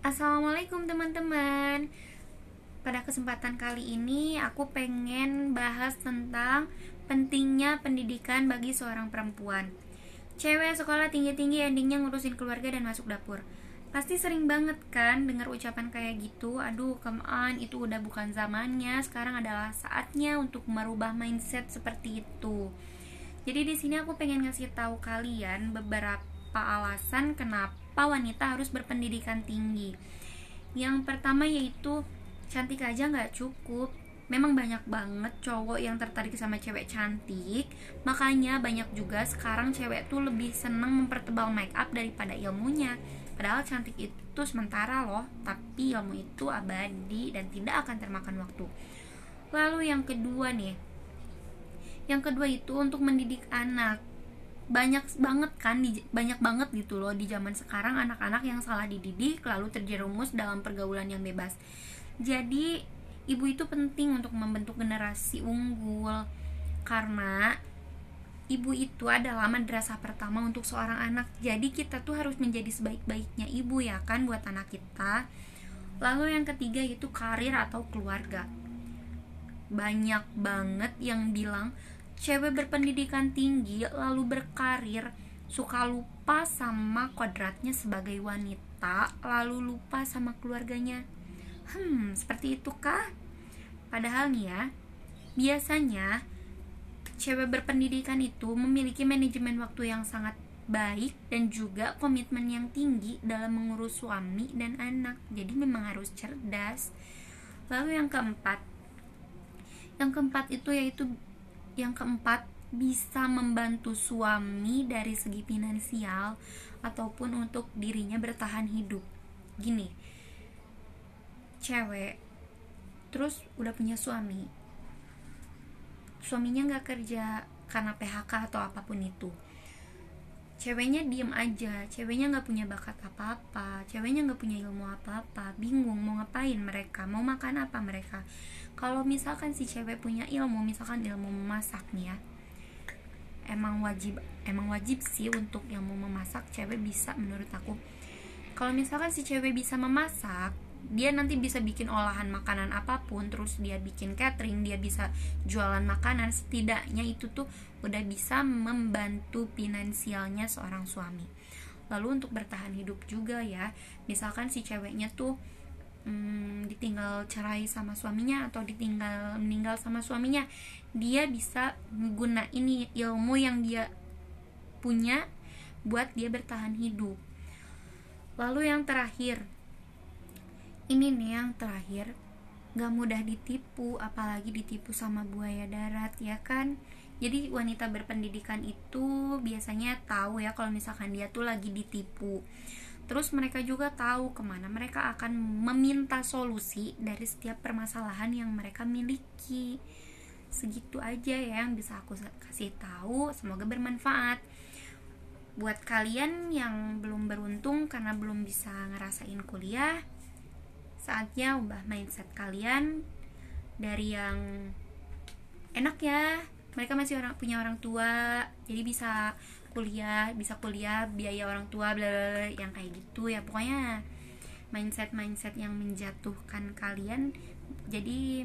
Assalamualaikum teman-teman. Pada kesempatan kali ini aku pengen bahas tentang pentingnya pendidikan bagi seorang perempuan. Cewek sekolah tinggi-tinggi endingnya ngurusin keluarga dan masuk dapur. Pasti sering banget kan dengar ucapan kayak gitu. Aduh, come on, itu udah bukan zamannya. Sekarang adalah saatnya untuk merubah mindset seperti itu. Jadi di sini aku pengen ngasih tahu kalian beberapa alasan kenapa wanita harus berpendidikan tinggi. Yang pertama yaitu cantik aja nggak cukup. Memang banyak banget cowok yang tertarik sama cewek cantik. Makanya banyak juga sekarang cewek tuh lebih seneng mempertebal make up daripada ilmunya. Padahal cantik itu sementara loh, tapi ilmu itu abadi dan tidak akan termakan waktu. Lalu yang kedua nih, yang kedua itu untuk mendidik anak. Banyak banget gitu loh di zaman sekarang anak-anak yang salah dididik lalu terjerumus dalam pergaulan yang bebas. Jadi ibu itu penting untuk membentuk generasi unggul, karena ibu itu adalah madrasah pertama untuk seorang anak. Jadi kita tuh harus menjadi sebaik-baiknya ibu ya kan buat anak kita. Lalu yang ketiga itu karir atau keluarga. Banyak banget yang bilang cewek berpendidikan tinggi lalu berkarir suka lupa sama kodratnya sebagai wanita, lalu lupa sama keluarganya. Seperti itu kah? Padahal nih ya, biasanya cewek berpendidikan itu memiliki manajemen waktu yang sangat baik dan juga komitmen yang tinggi dalam mengurus suami dan anak. Jadi memang harus cerdas. Lalu yang keempat bisa membantu suami dari segi finansial ataupun untuk dirinya bertahan hidup. Gini, cewek terus udah punya suaminya nggak kerja karena PHK atau apapun itu, ceweknya diem aja, ceweknya nggak punya bakat apa-apa, ceweknya nggak punya ilmu apa-apa, bingung mau ngapain mereka, mau makan apa mereka. Kalau misalkan si cewek punya ilmu, misalkan ilmu memasak nih ya, emang wajib sih untuk ilmu memasak cewek bisa, menurut aku. Kalau misalkan si cewek bisa memasak, dia nanti bisa bikin olahan makanan apapun, terus dia bikin catering, dia bisa jualan makanan. Setidaknya itu tuh udah bisa membantu finansialnya seorang suami. Lalu untuk bertahan hidup juga ya, misalkan si ceweknya tuh ditinggal cerai sama suaminya atau ditinggal meninggal sama suaminya, dia bisa menggunakan ini ilmu yang dia punya buat dia bertahan hidup. Lalu yang terakhir, ini nih yang terakhir, gak mudah ditipu, apalagi ditipu sama buaya darat ya kan. Jadi wanita berpendidikan itu biasanya tahu ya kalau misalkan dia tuh lagi ditipu. Terus mereka juga tahu kemana mereka akan meminta solusi dari setiap permasalahan yang mereka miliki. Segitu aja ya yang bisa aku kasih tahu, semoga bermanfaat. Buat kalian yang belum beruntung karena belum bisa ngerasain kuliah, saatnya ubah mindset kalian dari yang enak ya, mereka masih punya orang tua, jadi bisa kuliah biaya orang tua bla bla bla, yang kayak gitu ya. Pokoknya mindset yang menjatuhkan kalian, jadi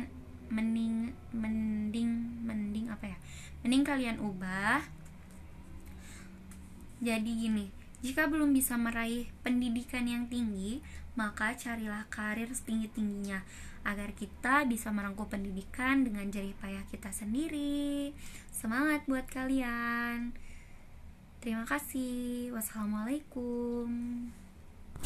mending kalian ubah. Jadi gini, jika belum bisa meraih pendidikan yang tinggi, maka carilah karir setinggi-tingginya agar kita bisa merangkul pendidikan dengan jerih payah kita sendiri. Semangat buat kalian. Terima kasih. Wassalamualaikum.